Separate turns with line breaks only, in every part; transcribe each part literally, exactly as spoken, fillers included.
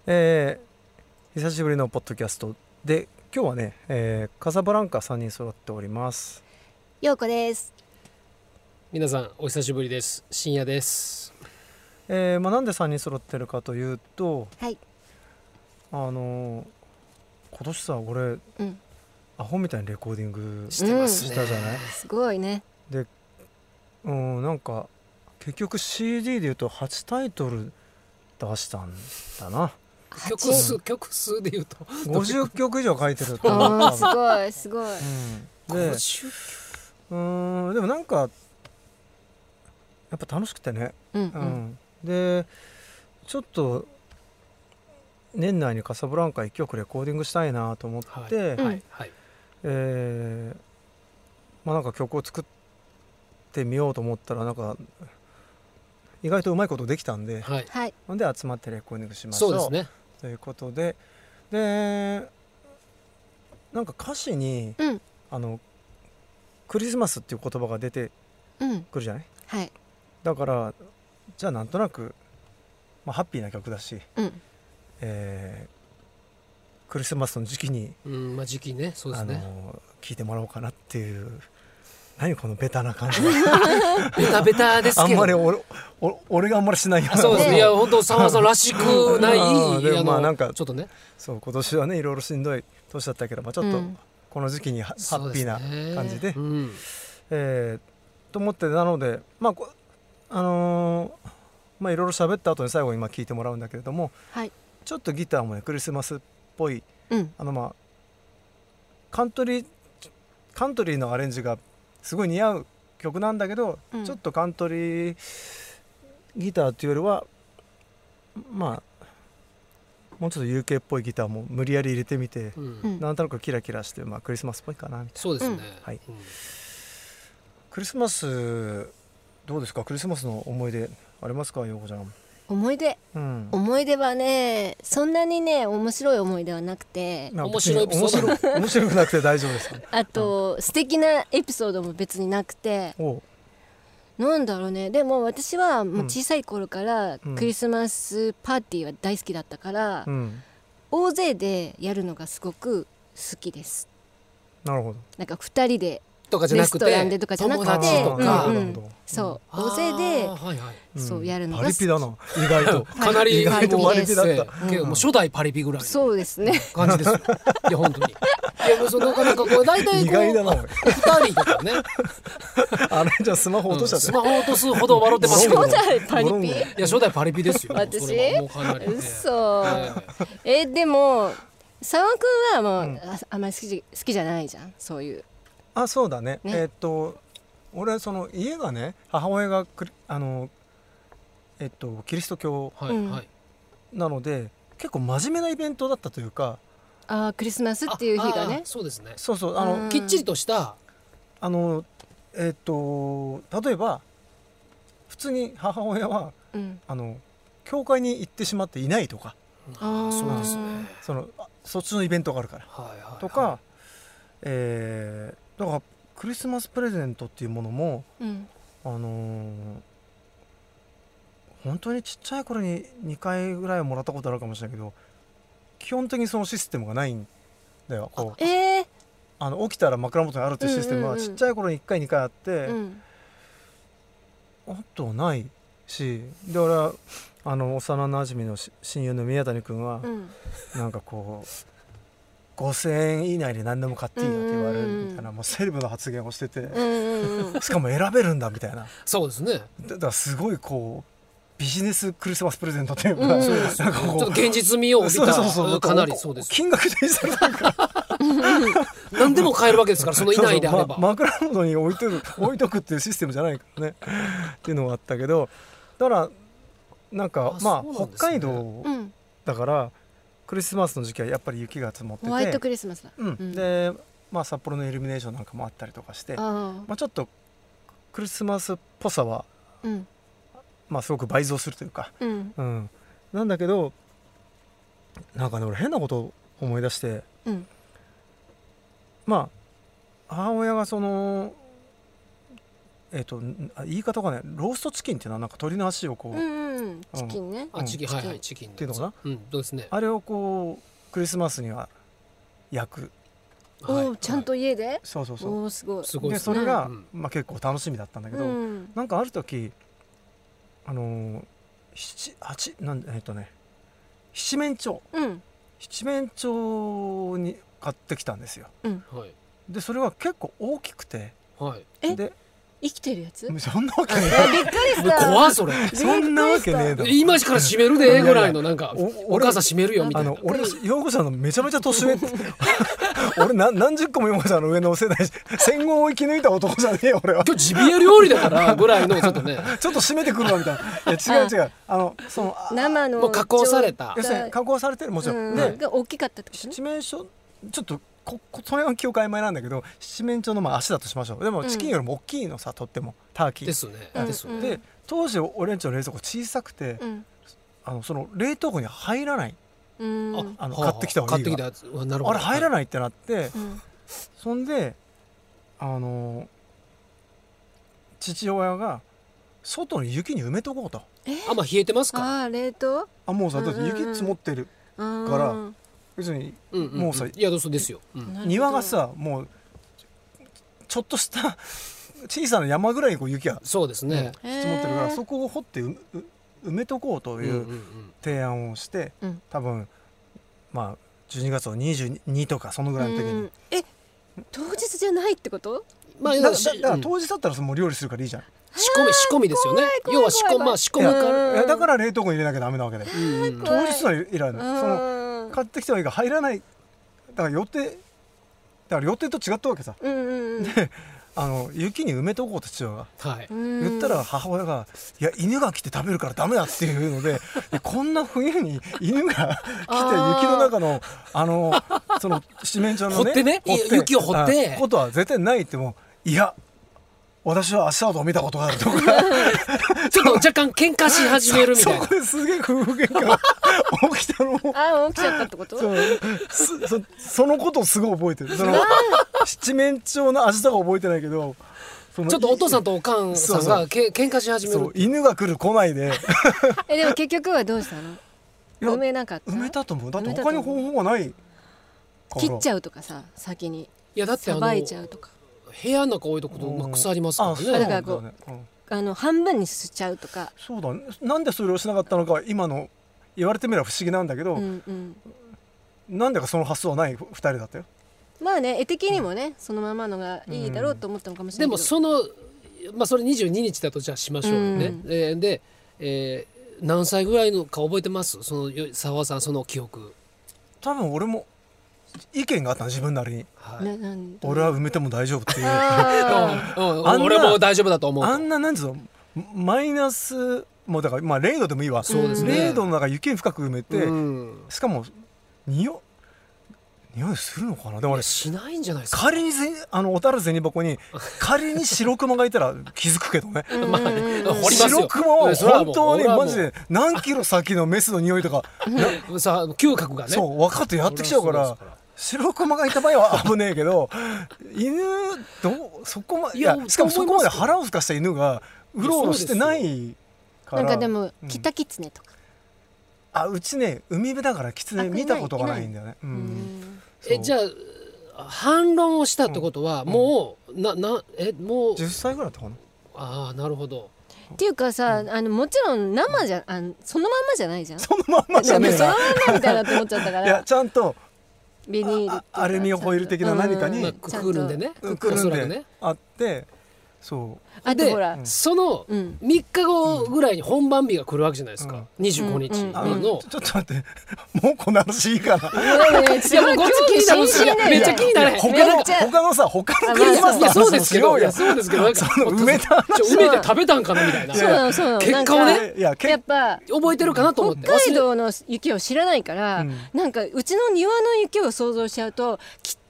えー、久しぶりのポッドキャストで今日はね、えー、カサブランカさんにん揃っております。
ようこです。
皆さんお久しぶりです。深夜です。
えーまあ、なんでさんにん揃ってるかというと、
はい、
あのー、今年さ俺、うん、アホみたいにレコーディング
してますね、
したじゃない、うん、
すごいね。
で、うん、なんか結局 シーディー でいうとはちタイトル出したんだな。
曲数、曲数でいうと
ごじゅっきょく以上書いてる
あーすごいすごい、
うん、で、うん、でもなんかやっぱ楽しくてね、
うんうん
うん、でちょっと年内にカサブランカいっきょくレコーディングしたいなと思って、はい
はいはい、
えーまあ、なんか曲を作ってみようと思ったらなんか意外とうまいことできたんで、
はい、
で集まってレコーディングしましょう。
そうですね。
ということで、でなんか歌詞に、うん、あのクリスマスっていう言葉が出てくるじゃない、
うん、はい、
だからじゃあなんとなく、まあ、ハッピーな曲だし、うん、えー、クリスマスの時期に、
うんまあ、時期ね、そうですね、
あの聴いてもらおうかなっていう。何このベタな感じ
ベタベタですけど、ね、
あんまり 俺, 俺があんまりしないような。
そうですね。いや本当沢さんらしくない
でもまあなんか
ちょっとね、
そう今年はねいろいろしんどい年だったけど、まあ、ちょっとこの時期にハッピーな感じ で, で、ね、うん、えー、と思ってなのでまああのー、まあいろいろ喋った後に最後にまあ聞いてもらうんだけれども、はい、ちょっとギターもねクリスマスっぽい、うん、あのまあカントリーカントリーのアレンジがすごい似合う曲なんだけど、うん、ちょっとカントリーギターっていうよりはまあもうちょっと ユーケー っぽいギターも無理やり入れてみて、うん、なんとなくキラキラして、まあ、クリスマスっぽいかなみたいな。
そうですね、
はい、うん、クリスマスどうですか？クリスマスの思い出ありますか、ようこちゃん？
思い出、うん、思い出はねそんなにね面白い思い出はなくて、
面白いエピソー
ド面白くなくて大丈夫ですか？
あと、うん、素敵なエピソードも別になくて、なんだろうね。でも私はもう小さい頃からクリスマスパーティーは大好きだったから、うん、大勢でやるのがすごく好きです。
なるほど。
なんかふたりで
とかじゃなくて
レストランでとかじゃなくて、
友達とか、
うんうん、そう大勢で、はいはい、そうやるのが好き。
パリピだな意外と
かなり
意外とパリピだった、
うん、もう初代パリピぐらい
そうですね
感じですよ。いや本当にいやもうそのなかなかこう大体こう
意外だな
ふたりとかね
あれじゃあスマホ落としちゃって、
うん、スマホ落とすほど笑ってますけど
初代パリピ。いや
初代パリピですよ
私
それはもうかなり、ね、
嘘、えー、でも沢君はもう、うん、あ, あんまり好き、好きじゃないじゃんそういう。
あ、そうだ ね, ねえー、っと俺その家がね母親があの、えっと、キリスト教なので、はいはい、結構真面目なイベントだったというか、
あクリスマスっていう日がね、
そうですね、
そうそうあの
きっちりとした
あの、えー、っと例えば普通に母親は、うん、あの教会に行ってしまっていないとか、
あそうですね、
そのそっちのイベントがあるから、はいはいはい、とか、えー、だからクリスマスプレゼントっていうものも、うん、あのー、本当にちっちゃい頃ににかいぐらいはもらったことあるかもしれないけど基本的にそのシステムがないんだよ。こう、
えー、
あの起きたら枕元にあるっていうシステムはちっちゃい頃にいっかいにかいあって、うん、あとはないし、で俺はあの幼なじみの親友の宮谷君は、うん、なんかこうごせんえん以内で何でも買っていいよって言われるみたいな、もうセレブな発言をしてて、うんうん、しかも選べるんだみたいな。
そうですね。
だからすごいこうビジネスクリスマスプレゼントっていうか、うん、なんかこう
ちょっと現実味を帯びた、そうそうそう、かなりそうです。
金額でしたらなんか
何でも買えるわけですから、その以内であれば。
そうそう、ま、枕元に置いとく置いとくっていうシステムじゃないからねっていうのがあったけど、だからなんかあまあ、ね、北海道だから。クリスマスの時期はやっぱり雪が積もってて、
ホワイトクリスマスだ、
うんうん、で、まあ、札幌のイルミネーションなんかもあったりとかして、あ、まあ、ちょっとクリスマスっぽさは、うん、まあ、すごく倍増するというか、うんうん、なんだけどなんかね俺変なことを思い出して、うん、まあ母親がそのえー、と言い方がねローストチキンっていうのはなんか鶏の足をこう、
うんうん、チキンね、
うん、あチキン、はいはい、チキン
っていうのかな、
うん、そうですね、
あれをこうクリスマスには焼く、
お、はい、ちゃんと家で、
そうそうそう、
おすごい、
すごい
でそれが、うん、まあ、結構楽しみだったんだけど、
うん、
なんかある時あのー、七八なんえっ、ー、とね七面鳥、うん、七面鳥に買ってきたんですよ、うん、でそれは結構大きくて、はい、で
生きてるやつ？
そんなわけね
え。びっくりした。
怖いそれ。
そんなわけねえだろ。
今から閉めるでぐらいのなんかお母さん閉めるよみたいな。
あの俺陽子さんのめちゃめちゃ年上。俺な何十個も陽子さんの上の世代戦後を生き抜いた男じゃねえよ俺は。
今日ジビエ料理だからぐらいのちょっとね。
ちょっと締めてくるわみたいな。いや違う違う。あのその
生の
もう加工された。
要するに加工されてるもちろん。
で大きかったってことね。
七面鳥ちょっと。ここそれは記憶曖昧なんだけど七面鳥のまあ足だとしましょう。でもチキンよりも大きいのさ、とってもターキー
ですね。ですね。
で当時俺んちの冷蔵庫小さくて、うん、あのその冷凍庫に入らない、うん、あの買ってきた方がいいがあれ入らないってなって、はい、そんであの父親が外の雪に埋めとこうと。
あ、まあ冷えてますか。
あ、冷凍。
あ、もうさだって雪積もってるから。別にもうさ、
いやどうですよ、
庭がさもうちょっとした小さな山ぐらいにこう雪が
そうですね
積もってるから、そこを掘って埋めとこうという提案をして、多分まあじゅうにがつのにじゅうにとかそのぐらいの時に、
え当日じゃないってこと？
まあだから当日だったらもう料理するからいいじゃん。
仕込み仕込みですよね。要は仕込ま仕込むから
だから冷凍庫に入れなきゃダメなわけで、当日はいらない。その買ってきたはいいが入らないだから予定だから予定と違ったわけさ、うんうんうん、であの雪に埋めておこうと父親が、はい、言ったら母親がいや犬が来て食べるからダメだっていうのでこんな冬に犬が来て雪の中のあのその七面鳥のね
掘ってね雪を掘って
ことは絶対ないってもいや私は足跡を見たことがあるとか
ちょっと若干喧嘩し始めるみたいな。
そこですげえ夫婦喧嘩が起きたの。
あ、起きちゃったってこと？
そうそ, そ, そのことをすごい覚えてる。その七面鳥の味とか覚えてないけど、
そのちょっとお父さんとおかんさんがけ喧嘩し始める。そう
犬が来る来ないで。
えでも結局はどうしたの？埋めなかった？
埋めたと思う。だって他に方法がない。
切っちゃうとかさ先に。
いやだってあの
さばいちゃうとか。
部屋の中置いとくと腐りますからね。
だからこう、あの半分にしちゃうとか。
そうだ、ね、なんでそれをしなかったのか今の言われてみれば不思議なんだけど、うんうん、なんでかその発想はないふたりだったよ。
まあね絵的にもね、うん、そのままのがいいだろうと思ったのかもしれないけど、
でもそのまあそれにじゅうににちだとじゃあしましょうね、うん、で, で、えー、何歳ぐらいのか覚えてます？その沢さんその記憶。
多分俺も意見があったの自分なりに、はい、俺は埋めても大丈夫っていう
あ俺も大丈夫だと思う。
あんななんつうのマイナスもうだからまあれいどでもいいわ。そうですね、れいどの中雪に深く埋めて、うん、しかも匂匂いするのかな。でも俺
しないんじゃないですか。
仮にあの小樽銭箱に仮に白熊がいたら気づくけどね
まあ、
白熊は本当にマジで何キロ先のメスの匂いとか
さ嗅覚がね
そう分かってやってきちゃうから、白熊がいた場合は危ねえけど犬どうそこまでいやしかもそこまで腹をすかした犬がうろうろしてないから
なんかでもキタキツネとか、
うん、あうちね海辺だからキツネ見たことがないんだよね。
えじゃあ反論をしたってことは、うん、もうななえもう
じゅっさいぐらいだったかな。
ああなるほど。
っていうかさ、うん、あのもちろん生じゃあのそのまんまじゃないじゃん。
そのまんまじゃねえな
そのまんまみたいなって思っちゃったから
いやちゃんと
ビニール
アルミホイル的な何かに、うん、
くくるんでね
くくるんでねあってそう
あとほら
そのみっかごぐらいに本番日が来るわけじゃないですか、うん、にじゅうごにちの、
うんうん、ちょっと待ってもうこの話いいかな。
いやもうごつ気になるんですよ。めっちゃ気になる。
他の他のさ他のクリスマスの話
そうですけどいやそうですけどなんか
埋めた
埋めて食べたんかなみたいな。
そうなのそうなの。
結果をね
やっぱ
覚えてるかなと思って。
北海道の雪を知らないから、うん、なんかうちの庭の雪を想像しちゃうときっ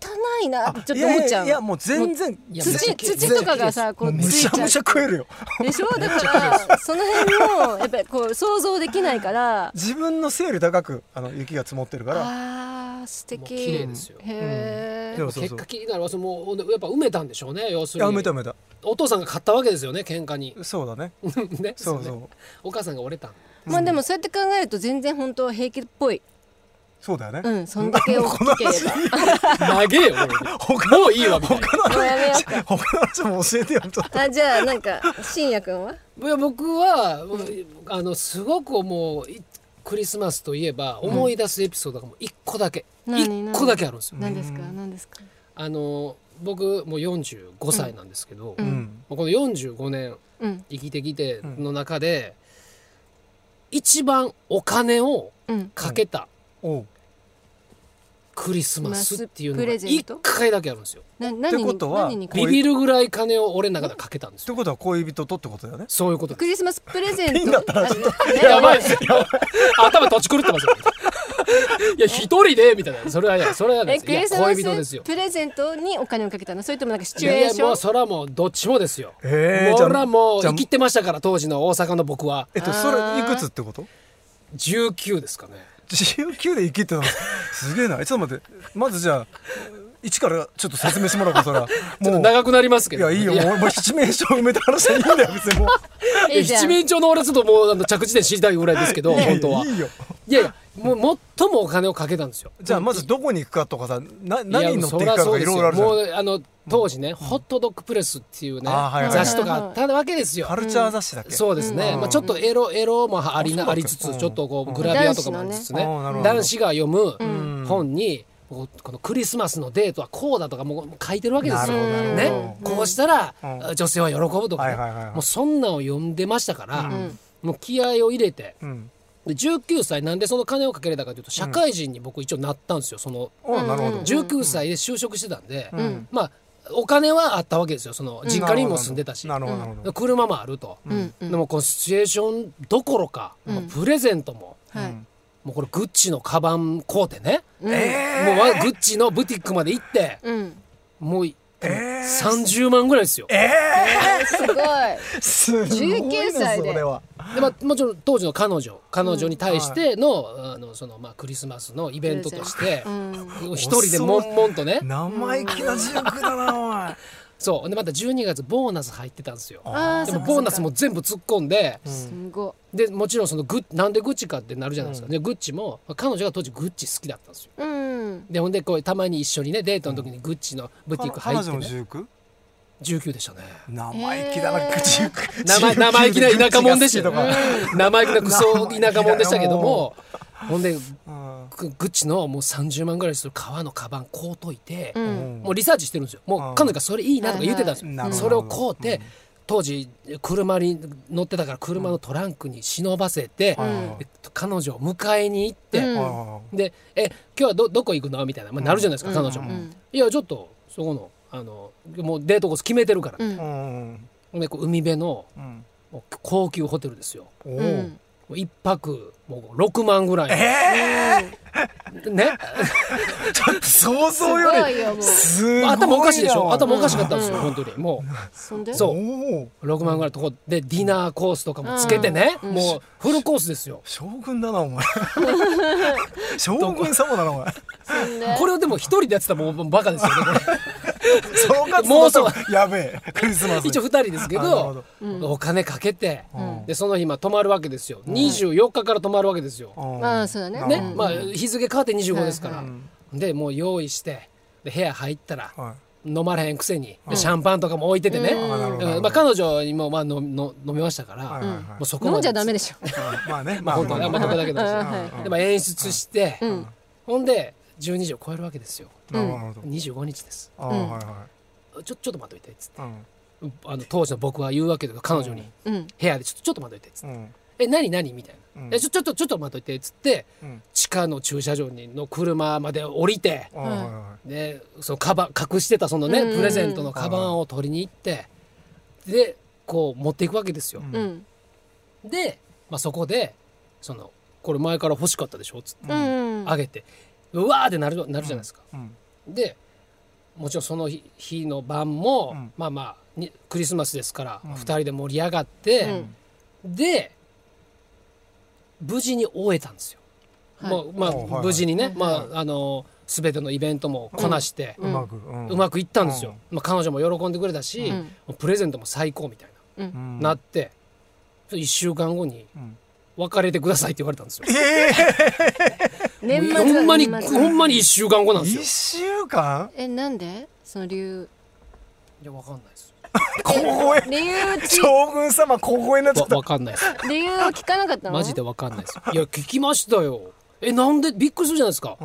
いなってちょっと思っちゃう。
いやいやもう全然
土土とかがさこう
むしゃむしゃ食えるよ
でしょ。だからその辺もやっぱりこう想像できないから
自分のせいより高くあの雪が積もってるから。
あー素敵。
綺麗ですよ。
へえ、
うん、結果気になるわ。もうやっぱ埋めたんでしょうね。要するに
いや埋めた埋めた。
お父さんが買ったわけですよね、喧嘩に。
そうだね
ね、
そうそう。
お母さんが折れた。
まあでもそうやって考えると全然本当は平気っぽい。
そうだよね。
うん、そんだけ大きけれ
ば。長えよ。もういいわみたいな。
他の話他の話も教えてよちょっと。
あ、じゃあなんか信也くんは？
いや僕は、うん、あのすごくもうクリスマスといえば思い出すエピソードがもう一個だけ、一、うん、個だけあるんですよ。
何ですか？何ですか？
あの僕もうよんじゅうごさいなんですけど、
うん、
このよんじゅうごねん生きてきての中で、うん、一番お金をかけた、うん、クリスマスっていうのが一回だけあるんですよ。
ってことは
ビビるぐらい金を俺の中でかけたんですよ。
ってことは恋人とってことだよね。
そういうことです。
クリスマスプレゼント。
ピンだったらちょっと
やばいですよ。頭とち狂ってますよ。いや一人でみたいな。それはやそれはですよ。
クリスマスプレゼントにお金をかけたの？それともなんかシチュエーション？いやもう
それはもうどっちもですよ。
え
え。俺はもう生きてましたから当時の大阪の僕は。
えっとそれいくつってこと？
じゅうきゅうですかね。
じゅうきゅうで生きてたのすげえな。ちょっと待ってまずじゃあ一からちょっと説明してもらうことら
もう長くなりますけど。
いやいいよ。もう七面鳥埋めた話はいいんだよ別にもう。
七面鳥の俺ちょっともうあの着地点知りたいぐらいですけど本当は。
いいよ。
いやいやもう最もお金をかけたんですよ。
じゃあまずどこに行くかとかさな何に乗っていくかとかいろいろあるじゃん。
もうあの当時ね、うん、ホットドッグプレスっていうね、はいはい、雑誌とかあったわけですよ。
カルチャー雑誌だっけ？
そうですね、うん、まあ、ちょっとエロエロもありなありつつ、うん、ちょっとこうグラビアとかもありつつね、うん、男子が読む本に、このクリスマスのデートはこうだとかもう書いてるわけですよ。ね、こうしたら、うん、女性は喜ぶとか、ね、はいはいはいはい、もうそんなんを読んでましたから、うん、もう気合を入れて、うん、でじゅうきゅうさいなんでその金をかけれたかというと社会人に僕一応なったんですよ。そのじゅうきゅうさいで就職してたんで、うん、まあお金はあったわけですよ。その実家にも住んでたし、うん、車もあると、うん、でもこのシチュエーションどころか、うん、プレゼントも、うん、もうこれグッチのカバン買うてね、うん、もうグッチのブティックまで行って、うん、もうえー、さんじゅうまんぐらいですよ。
えー、すごい。じゅうきゅうさいで。で、ま
あ、もちろん当時の彼女彼女に対しての、うん、あのそのまあクリスマスのイベントとして一人で悶々とね。
生意気なジュークだなおい。
そうでまたじゅうにがつボーナス入ってたんですよ。でもボーナスも全部突っ込んで、うん、でもちろんそのグッなんでグッチかってなるじゃないですか、うん、でグッチも彼女が当時グッチ好きだったんですよ、うん、でほんでこうたまに一緒にねデートの時にグッチのブティック入って、ね、
彼女もじゅうきゅう？
じゅうきゅうでしたね。
生意気だな、えー、
生, 生意気な田舎者でしたよ、うん、生意気なクソ田舎者でしたけどもほんでグッチのもうさんじゅうまんぐらいする革のカバン買うといて、うん、もうリサーチしてるんですよ。もう彼女がそれいいなとか言ってたんですよ、うん、それを買うて、うん、当時車に乗ってたから車のトランクに忍ばせて、うん、彼女を迎えに行って、うん、でえ今日は ど, どこ行くのみたいな、まあ、なるじゃないですか、うん、彼女も、うん、いやちょっとそこのあのもうデートコース決めてるから、うんうん、でこう海辺の、うん、高級ホテルですよ、うん、一泊もうろくまんぐらい、
えー、ねちょっと想像よりすごい
頭おかしいでしょ。頭おかしかったんですよ、うん、本当にもうそうろくまんぐらいのとこでディナーコースとかもつけてね、うん、もうフルコースですよ。
将軍だなお前将軍様だなお前
これをでも一人でやってたらもうバカですよねこれ
総括もそうやべえクリスマス
一応ふたりですけどお金かけて、うん、でその日まあ泊まるわけですよ、うん、にじゅうよっかから泊まるわけですよ、うん、
ああそうだね、
ね、まあ、日付変わってにじゅうごですから、はいはい、でもう用意してで部屋入ったら、はい、飲まれへんくせに、うん、シャンパンとかも置いててね、うん、まあ、彼女にもまあのの飲みましたから、はいはいはい、もうそこまで
飲んじゃダメでしょ
まあね
まあ本当はあんまりだけどでも演出して、うん、ほんでじゅうにじを超えるわけですよ、うん、にじゅうごにちです、うん、はいはい、ちょ, ちょっと待っといてっつって、うん、あの当時の僕は言うわけだけど彼女に、うん、部屋でちょっとちょっと待っといてっつって、うん、え何何みたいな、うん、えちょちょっとちょっと待っといてっつって、うん、地下の駐車場にの車まで降りて、うん、でそのカバン隠してたそのね、うん、プレゼントのカバンを取りに行ってでこう持っていくわけですよ、うん、で、まあ、そこでそのこれ前から欲しかったでしょっつって、うん、あげてうわーってなる、なるじゃないですか、うんうん、でもちろんその日の晩も、うん、まあまあクリスマスですから、うん、ふたりで盛り上がって、うん、で無事に終えたんですよ、はい、もうまあ、無事にね、はい、まああの全てのイベントもこなして、うん、うまく、うん、うまくいったんですよ、まあ、彼女も喜んでくれたし、うん、プレゼントも最高みたいな、うん、なっていっしゅうかんごに別れてくださいって言われたんですよ、えー、年末ほんまにほんまにいっしゅうかんごなんですよ。
いっしゅうかん
えなんでその理由
いやわかんないです
小声理由将軍様小声になっちゃった。
わかんないです
理由は聞かなかったの
マジでわかんないですいや聞きましたよ。えなんでびっくりするじゃないですか、うん、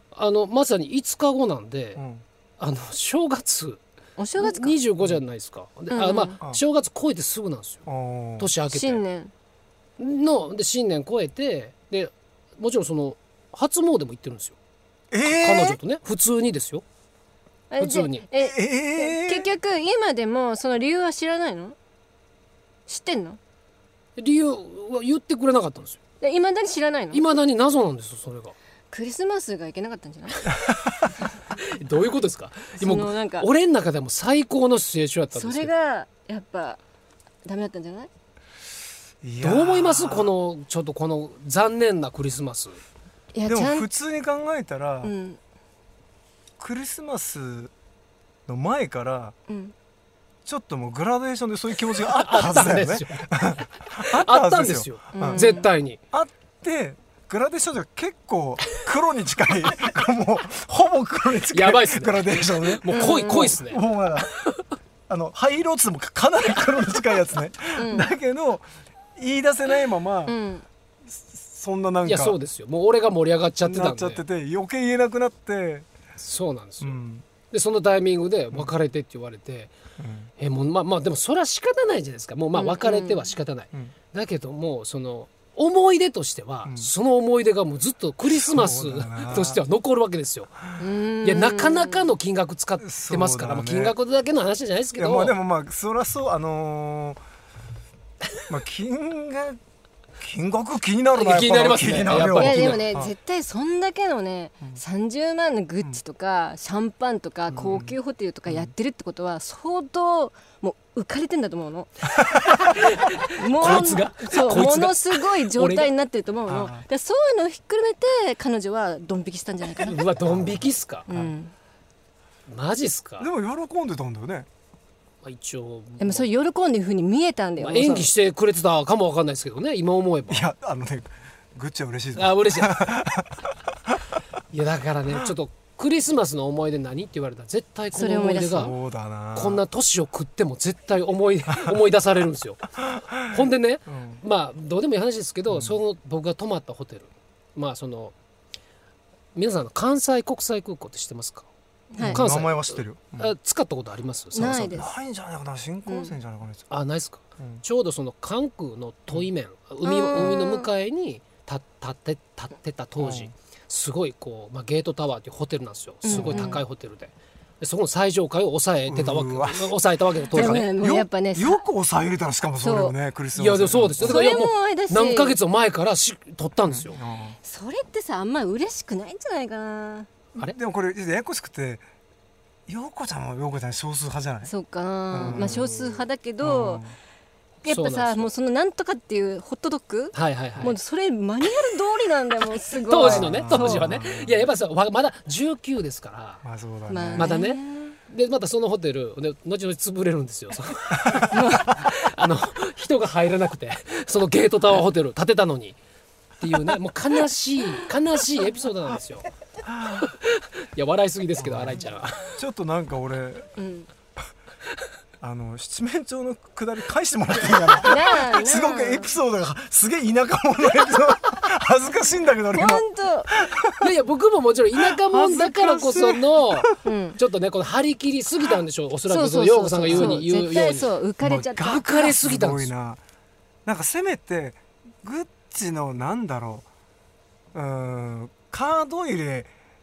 あのまさにいつかごなんで、うん、あの正月
お正月か
にじゅうごじゃないですか、うん、あまあ正月超えてすぐなんですよ、うん、年明けて
新年
ので新年超えてでもちろんその初詣も行ってるんですよ、
えー、
彼女とね普通にですよ普通に
え、えー、結局今でもその理由は知らないの？知ってんの？
理由は言ってくれなかったんですよ。
いまだに知らないの？
いまだに謎なんですよそれが。
クリスマスがいけなかったんじゃない
どういうことですか？今なんか俺の中でも最高のシチュエーションやったんです
けどそれがやっぱダメだったんじゃない？
どう思いますこのちょっとこの残念なクリスマス。
いやでも普通に考えたら、うん、クリスマスの前から、うん、ちょっともうグラデーションでそういう気持ちがあったはずだよね
あったんですよ、うん、絶対に
あってグラデーションが結構黒に近いもうほぼ黒に近い
やばいっすね
グラデーションね
もう濃い濃いっすね
もうまだあの灰色っつってもかなり黒に近いやつね、うん、だけど言い出せないまま、うん、そんななんか
いやそうですよもう俺が盛り上がっちゃってたんで
なっちゃってて余計言えなくなって
そうなんですよ、うん、でそのタイミングで別れてって言われて、うん、えもうまあまあでもそれは仕方ないじゃないですかもうまあ別れては仕方ない、うんうん、だけどもその思い出としては、うん、その思い出がもうずっとクリスマスとしては残るわけですよ。いやなかなかの金額使ってますから、ねまあ、金額だけの話じゃないですけど
いやまあでもまあそりゃそうあのー、まあ金額金額気になるな
気になりますね
いやでもね絶対そんだけのね、うん、さんじゅうまんのグッチとか、うん、シャンパンとか高級ホテルとかやってるってことは相当もう浮かれてんだと思うのもう
こいつが
そうものすごい状態になってると思うのでそういうのをひっくるめて彼女はドン引きしたんじゃないかな。
うわドン引きっすか、うん、マジっすか。
でも喜んでたんだよね
一応
でもそれ喜んでる風に見えたんだよ、
まあ、演技してくれてたかもわかんないですけどね今思えば。
いやあのねグッチは嬉しいぞ。
あ嬉しいいやだからねちょっとクリスマスの思い出何って言われたら絶対この思い出がこんな年を食っても絶対思い思い出されるんですよほんでね、うん、まあどうでもいい話ですけど、うん、その僕が泊まったホテルまあその皆さんの関西国際空港って知ってますか？
はい、関西名前は知ってるよ、
うん、使ったことあります？
ないです。
ないんじゃないかな新幹線じゃないかな、うん、
あないですか、うん、ちょうどその関空の対面、うん、海, 海の向かいに立って立ってた当時、うん、すごいこう、まあ、ゲートタワーっていうホテルなんですよすごい高いホテルで、うんうん、でそこの最上階を抑えてたわけ抑えたわけで当時ね
もうやっぱね
よく抑え入れたらしかもそれをねクリスマス
いやでもそうですよだからもう何ヶ月も前からし取ったんですよ、うん、
それってさあんまり嬉しくないんじゃないかな。
あれでもこれややこしくて陽子ちゃんは陽子ちゃん少数派じゃない？
そうかな、うん、まあ少数派だけど、うん、やっぱさもうそのなんとかっていうホットドッグ、
はいはいはい、
もうそれマニュアル通りなんだよもうすごい
当時のね当時はねいややっぱさまだじゅうきゅうですから、
まあそうだね、
まあね、
まだねでまたそのホテルで後々潰れるんですよあの人が入らなくてそのゲートタワーホテル建てたのにっていうねもう悲しい悲しいエピソードなんですよいや笑いすぎですけど新井ちゃんは
ちょっとなんか俺、うん、あの七面鳥のくだり返してもらっていいかなすごくエピソードがすげえ田舎者のエピソード恥ずかしいんだけど俺も
本当
いやいや僕ももちろん田舎者だからこそのちょっとねこの張り切りすぎたんでしょうおそらく陽子さんが言うに言うように
絶対そう浮かれちゃった
浮かれすぎたんですよ。
な, なんかせめてグッチのなんだろううーんカード入れ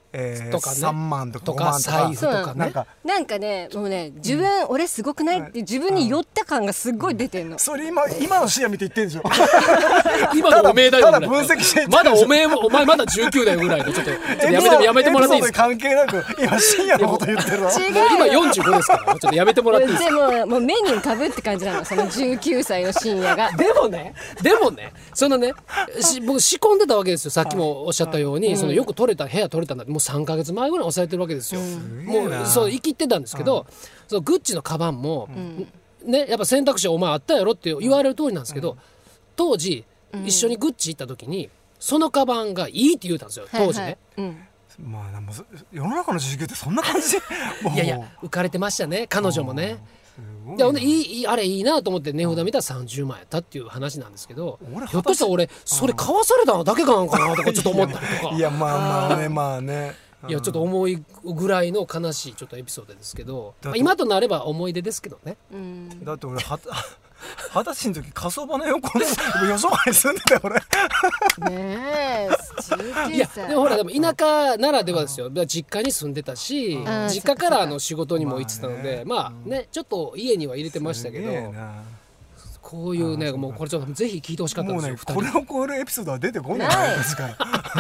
えー、とかね、さんまんとかごまんとか
財布とかね、
なんかなんかねもうね自分、うん、俺すごくないって自分に酔った感がすごい出てんの、うん、
それ今今の視野見て言ってんでしょ
今のおめえだよ
ただ分析して
まだおめえもお前まだじゅうきゅうだよぐらいのちょっとちょっとやめてやめてもらっていいですか。
関係なく今深夜のこと言ってるの。
違う
今よんじゅうごですからちょっとやめてもらっていいですか。
でももう目に浮かぶって感じなのそのじゅうきゅうさいの深夜が
でもねでもねそのねし僕仕込んでたわけですよ。さっきもおっしゃったように、うん、そのよく取れた部屋取れたんだってもうさんかげつまえぐらい抑えてるわけですよ、うん、もうそう生きてたんですけど、うん、そのグッチのカバンも、うん、ねやっぱ選択肢お前あったやろって言われる通りなんですけど、うん、当時、うん、一緒にグッチ行った時にそのカバンがいいって言うたんですよ当時ね、はいはい、うん、
まあ、も世の中の時給ってそんな感じ
いやいや浮かれてましたね彼女もね。でほんでいいいいあれいいなと思って値札見たらさんじゅうまんやったっていう話なんですけど、ひょっとしたら俺それ買わされただけかなんかなとかちょっと思ったりとか
いやまあまあねまあね
いやちょっと重いぐらいの悲しいちょっとエピソードですけど、まあ、今となれば思い出ですけどね。
うんだって俺は二十歳の時火葬場の横のよそ前に住んでたよ俺
ねえ
いやでもほらでも田舎ならではですよ。実家に住んでたし実家からの仕事にも行ってたので、まあ ね,、まあ、ねちょっと家には入れてましたけど、こういうねもうこれちょっとぜひ聞いてほしかったんですよ。もうね
これを超えるエピソードは出てこないですから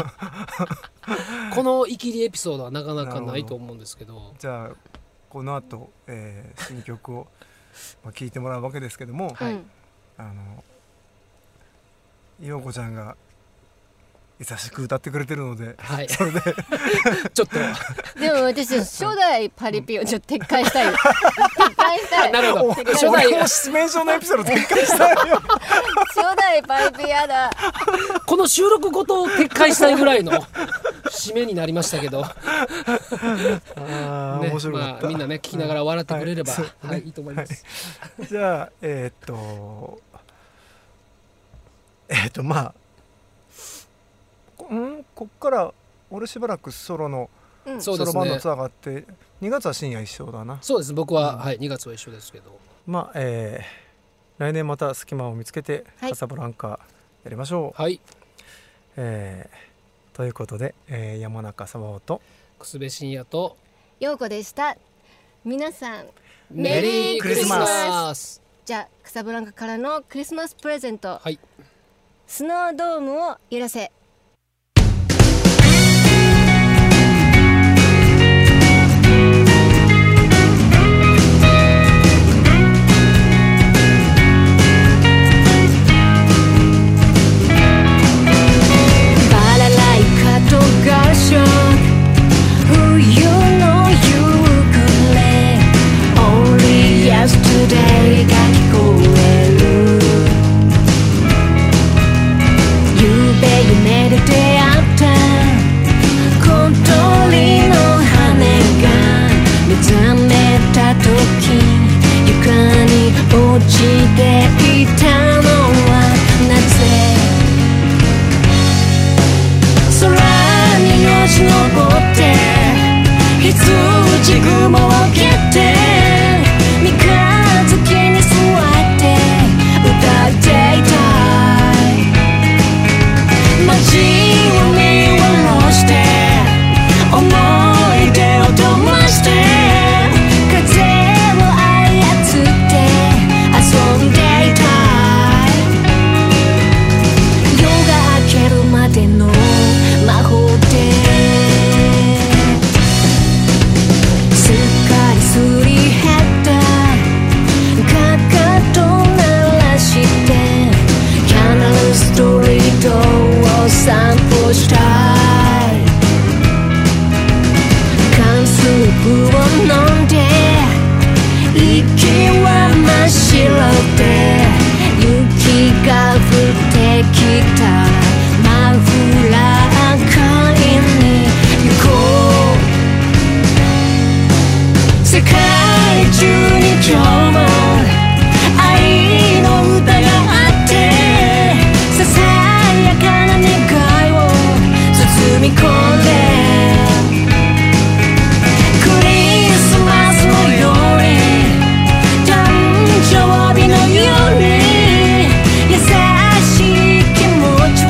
このイキリエピソードはなかなかないと思うんですけど、
じゃあこの後、えー、新曲をまあ聞いてもらうわけですけども、はい、あの陽子ちゃんが優しく歌ってくれてるので、はい、それで
ちょっと
でも私初代パリピをちょっと撤回したい撤回したい
なるほど
初代七面鳥のエピソード撤回したいよ
初代パリピやだ
この収録ごと撤回したいぐらいの締めになりましたけど
あ、ね、面白かった、
まあ、みんなね聞きながら笑ってくれれば、はいはいはい、いいと思います、
はい、じゃあえー、っとえー、っとまあんこっから俺しばらくソロの、うん、ソロバンドツアーがあってにがつは深夜一緒だな。
そうです僕は、うん、はい、にがつは一緒ですけど
まあ、えー、来年また隙間を見つけて、はい、カサブランカやりましょう。
はい、
えー、ということで、えー、山中サバオと
楠部深夜と
陽子でした。皆さん
メリークリスマス。
じゃあカサブランカからのクリスマスプレゼント、
はい、
スノードームを揺らせ。優しい気持ち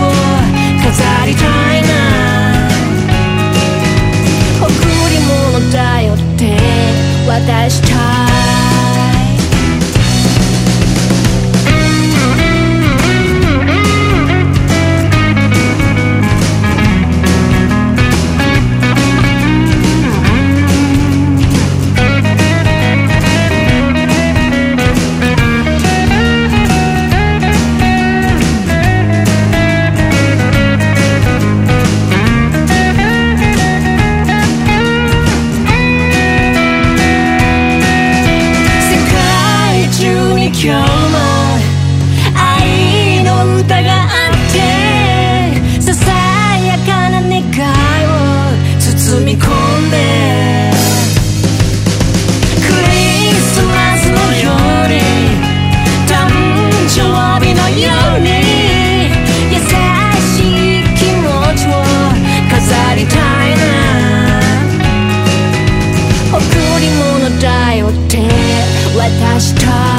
渡した